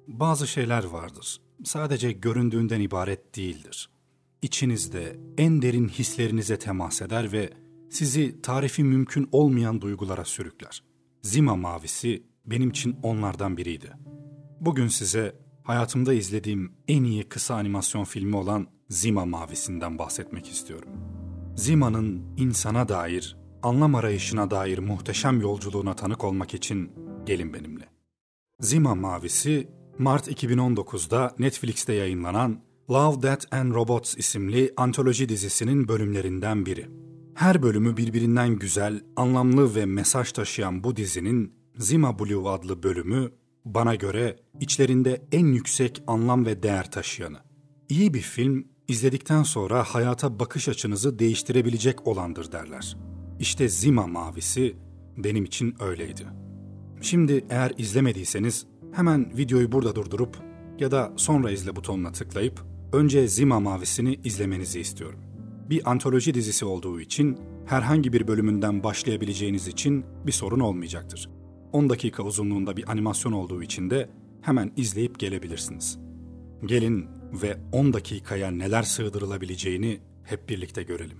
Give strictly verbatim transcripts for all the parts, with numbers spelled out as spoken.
Bazı şeyler vardır. Sadece göründüğünden ibaret değildir. İçinizde en derin hislerinize temas eder ve sizi tarifi mümkün olmayan duygulara sürükler. Zima Mavisi benim için onlardan biriydi. Bugün size hayatımda izlediğim en iyi kısa animasyon filmi olan Zima Mavisi'nden bahsetmek istiyorum. Zima'nın insana dair, anlam arayışına dair muhteşem yolculuğuna tanık olmak için gelin benimle. Zima Mavisi, Mart iki bin on dokuzda Netflix'te yayınlanan Love, Death and Robots isimli antoloji dizisinin bölümlerinden biri. Her bölümü birbirinden güzel, anlamlı ve mesaj taşıyan bu dizinin Zima Blue adlı bölümü bana göre içlerinde en yüksek anlam ve değer taşıyanı. İyi bir film, izledikten sonra hayata bakış açınızı değiştirebilecek olandır derler. İşte Zima Mavisi benim için öyleydi. Şimdi eğer izlemediyseniz hemen videoyu burada durdurup ya da sonra izle butonuna tıklayıp önce Zima Mavisi'ni izlemenizi istiyorum. Bir antoloji dizisi olduğu için herhangi bir bölümünden başlayabileceğiniz için bir sorun olmayacaktır. on dakika uzunluğunda bir animasyon olduğu için de hemen izleyip gelebilirsiniz. Gelin ve on dakikaya neler sığdırılabileceğini hep birlikte görelim.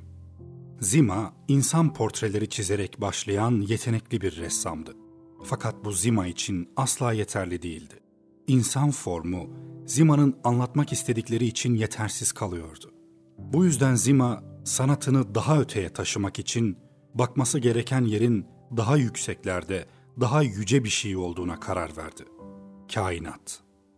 Zima, insan portreleri çizerek başlayan yetenekli bir ressamdı. Fakat bu Zima için asla yeterli değildi. İnsan formu, Zima'nın anlatmak istedikleri için yetersiz kalıyordu. Bu yüzden Zima, sanatını daha öteye taşımak için bakması gereken yerin daha yükseklerde, daha yüce bir şey olduğuna karar verdi. Kainat.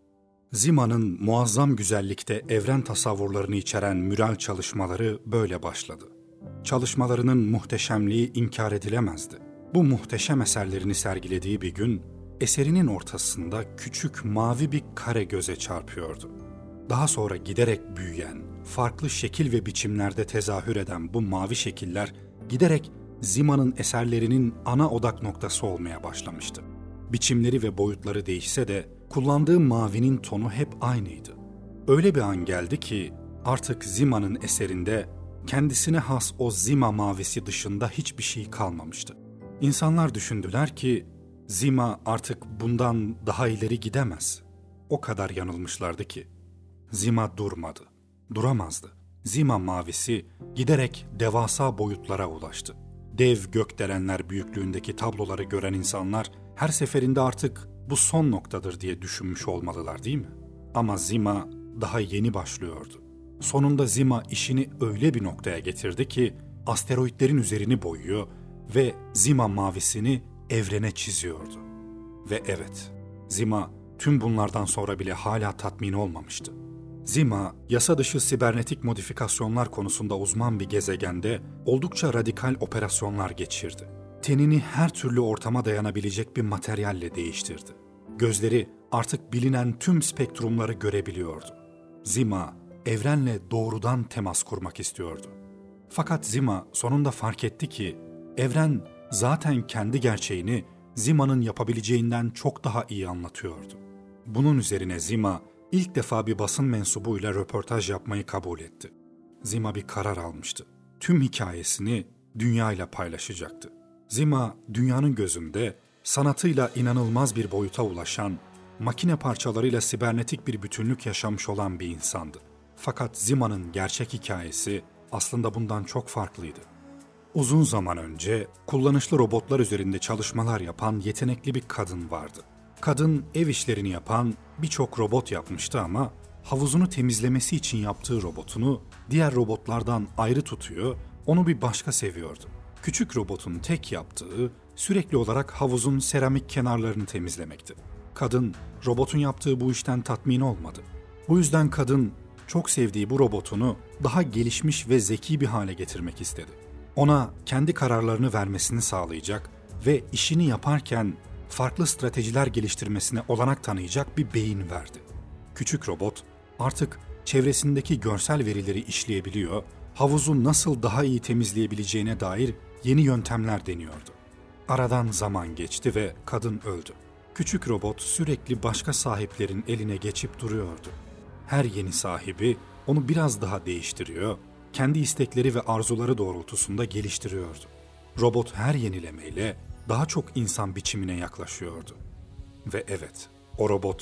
Zima'nın muazzam güzellikte evren tasavvurlarını içeren müral çalışmaları böyle başladı. Çalışmalarının muhteşemliği inkar edilemezdi. Bu muhteşem eserlerini sergilediği bir gün, eserinin ortasında küçük mavi bir kare göze çarpıyordu. Daha sonra giderek büyüyen, farklı şekil ve biçimlerde tezahür eden bu mavi şekiller giderek Zima'nın eserlerinin ana odak noktası olmaya başlamıştı. Biçimleri ve boyutları değişse de kullandığı mavinin tonu hep aynıydı. Öyle bir an geldi ki artık Zima'nın eserinde kendisine has o Zima mavisi dışında hiçbir şey kalmamıştı. İnsanlar düşündüler ki Zima artık bundan daha ileri gidemez. O kadar yanılmışlardı ki. Zima durmadı, duramazdı. Zima mavisi giderek devasa boyutlara ulaştı. Dev gökdelenler büyüklüğündeki tabloları gören insanlar her seferinde artık bu son noktadır diye düşünmüş olmalılar değil mi? Ama Zima daha yeni başlıyordu. Sonunda Zima işini öyle bir noktaya getirdi ki asteroidlerin üzerini boyuyor ve Zima mavisini evrene çiziyordu. Ve evet, Zima tüm bunlardan sonra bile hala tatmin olmamıştı. Zima, yasa dışı sibernetik modifikasyonlar konusunda uzman bir gezegende oldukça radikal operasyonlar geçirdi. Tenini her türlü ortama dayanabilecek bir materyalle değiştirdi. Gözleri artık bilinen tüm spektrumları görebiliyordu. Zima, evrenle doğrudan temas kurmak istiyordu. Fakat Zima sonunda fark etti ki, evren zaten kendi gerçeğini Zima'nın yapabileceğinden çok daha iyi anlatıyordu. Bunun üzerine Zima, İlk defa bir basın mensubuyla röportaj yapmayı kabul etti. Zima bir karar almıştı. Tüm hikayesini dünyayla paylaşacaktı. Zima, dünyanın gözünde sanatıyla inanılmaz bir boyuta ulaşan, makine parçalarıyla sibernetik bir bütünlük yaşamış olan bir insandı. Fakat Zima'nın gerçek hikayesi aslında bundan çok farklıydı. Uzun zaman önce kullanışlı robotlar üzerinde çalışmalar yapan yetenekli bir kadın vardı. Kadın ev işlerini yapan birçok robot yapmıştı ama havuzunu temizlemesi için yaptığı robotunu diğer robotlardan ayrı tutuyor, onu bir başka seviyordu. Küçük robotun tek yaptığı sürekli olarak havuzun seramik kenarlarını temizlemekti. Kadın robotun yaptığı bu işten tatmin olmadı. Bu yüzden kadın çok sevdiği bu robotunu daha gelişmiş ve zeki bir hale getirmek istedi. Ona kendi kararlarını vermesini sağlayacak ve işini yaparken farklı stratejiler geliştirmesine olanak tanıyacak bir beyin verdi. Küçük robot artık çevresindeki görsel verileri işleyebiliyor, havuzu nasıl daha iyi temizleyebileceğine dair yeni yöntemler deniyordu. Aradan zaman geçti ve kadın öldü. Küçük robot sürekli başka sahiplerin eline geçip duruyordu. Her yeni sahibi onu biraz daha değiştiriyor, kendi istekleri ve arzuları doğrultusunda geliştiriyordu. Robot her yenilemeyle daha çok insan biçimine yaklaşıyordu. Ve evet, o robot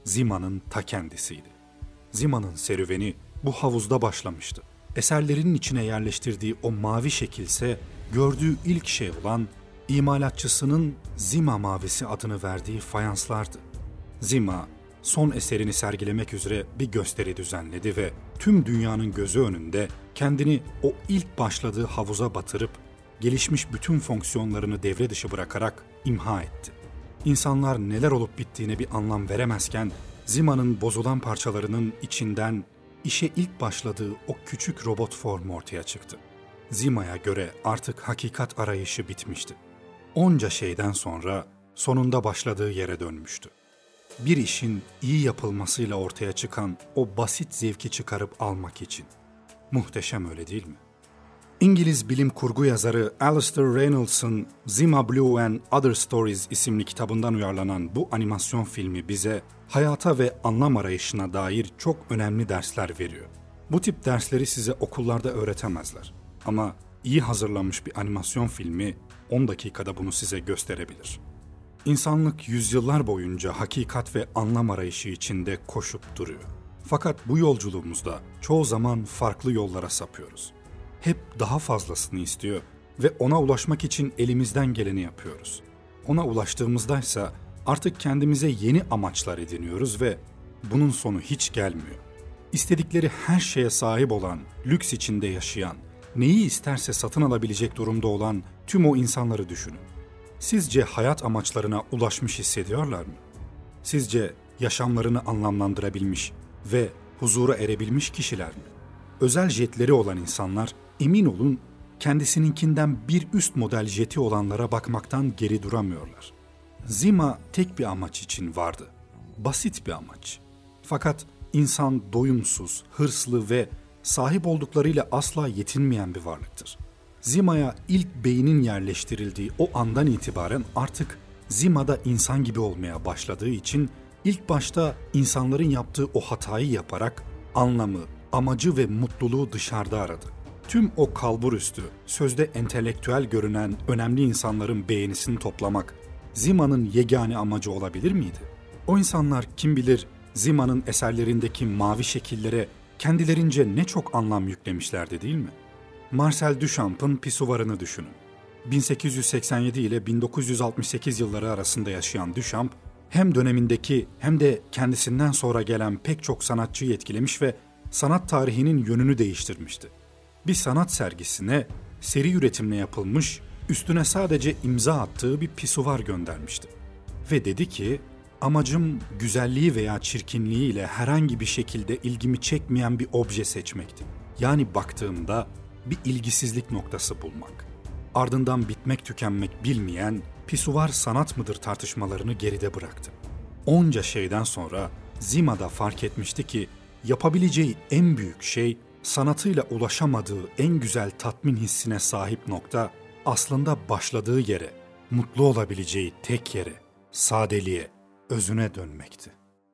Zima'nın ta kendisiydi. Zima'nın serüveni bu havuzda başlamıştı. Eserlerinin içine yerleştirdiği o mavi şekilse gördüğü ilk şey olan imalatçısının Zima Mavisi adını verdiği fayanslardı. Zima, son eserini sergilemek üzere bir gösteri düzenledi ve tüm dünyanın gözü önünde kendini o ilk başladığı havuza batırıp gelişmiş bütün fonksiyonlarını devre dışı bırakarak imha etti. İnsanlar neler olup bittiğine bir anlam veremezken Zima'nın bozulan parçalarının içinden işe ilk başladığı o küçük robot formu ortaya çıktı. Zima'ya göre artık hakikat arayışı bitmişti. Onca şeyden sonra sonunda başladığı yere dönmüştü. Bir işin iyi yapılmasıyla ortaya çıkan o basit zevki çıkarıp almak için. Muhteşem, öyle değil mi? İngiliz bilim kurgu yazarı Alastair Reynolds'ın Zima Blue and Other Stories isimli kitabından uyarlanan bu animasyon filmi bize hayata ve anlam arayışına dair çok önemli dersler veriyor. Bu tip dersleri size okullarda öğretemezler. Ama iyi hazırlanmış bir animasyon filmi on dakikada bunu size gösterebilir. İnsanlık yüzyıllar boyunca hakikat ve anlam arayışı içinde koşup duruyor. Fakat bu yolculuğumuzda çoğu zaman farklı yollara sapıyoruz. Hep daha fazlasını istiyor ve ona ulaşmak için elimizden geleni yapıyoruz. Ona ulaştığımızdaysa artık kendimize yeni amaçlar ediniyoruz ve bunun sonu hiç gelmiyor. İstedikleri her şeye sahip olan, lüks içinde yaşayan, neyi isterse satın alabilecek durumda olan tüm o insanları düşünün. Sizce hayat amaçlarına ulaşmış hissediyorlar mı? Sizce yaşamlarını anlamlandırabilmiş ve huzura erebilmiş kişiler mi? Özel jetleri olan insanlar, emin olun, kendisininkinden bir üst model jeti olanlara bakmaktan geri duramıyorlar. Zima tek bir amaç için vardı. Basit bir amaç. Fakat insan doyumsuz, hırslı ve sahip olduklarıyla asla yetinmeyen bir varlıktır. Zima'ya ilk beynin yerleştirildiği o andan itibaren artık Zima'da insan gibi olmaya başladığı için ilk başta insanların yaptığı o hatayı yaparak anlamı, amacı ve mutluluğu dışarıda aradı. Tüm o kalburüstü, sözde entelektüel görünen önemli insanların beğenisini toplamak Zima'nın yegane amacı olabilir miydi? O insanlar kim bilir Zima'nın eserlerindeki mavi şekillere kendilerince ne çok anlam yüklemişlerdi, değil mi? Marcel Duchamp'ın Pisuvar'ını düşünün. bin sekiz yüz seksen yedi ile bin dokuz yüz altmış sekiz yılları arasında yaşayan Duchamp, hem dönemindeki hem de kendisinden sonra gelen pek çok sanatçıyı etkilemiş ve sanat tarihinin yönünü değiştirmişti. Bir sanat sergisine seri üretimle yapılmış, üstüne sadece imza attığı bir pisuvar göndermişti. Ve dedi ki, amacım güzelliği veya çirkinliği ile herhangi bir şekilde ilgimi çekmeyen bir obje seçmekti. Yani baktığımda bir ilgisizlik noktası bulmak. Ardından bitmek tükenmek bilmeyen pisuvar sanat mıdır tartışmalarını geride bıraktı. Onca şeyden sonra Zima'da fark etmişti ki yapabileceği en büyük şey, sanatıyla ulaşamadığı en güzel tatmin hissine sahip nokta aslında başladığı yere, mutlu olabileceği tek yere, sadeliğe, özüne dönmekti.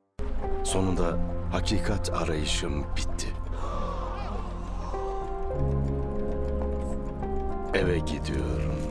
Sonunda hakikat arayışım bitti. Eve gidiyorum.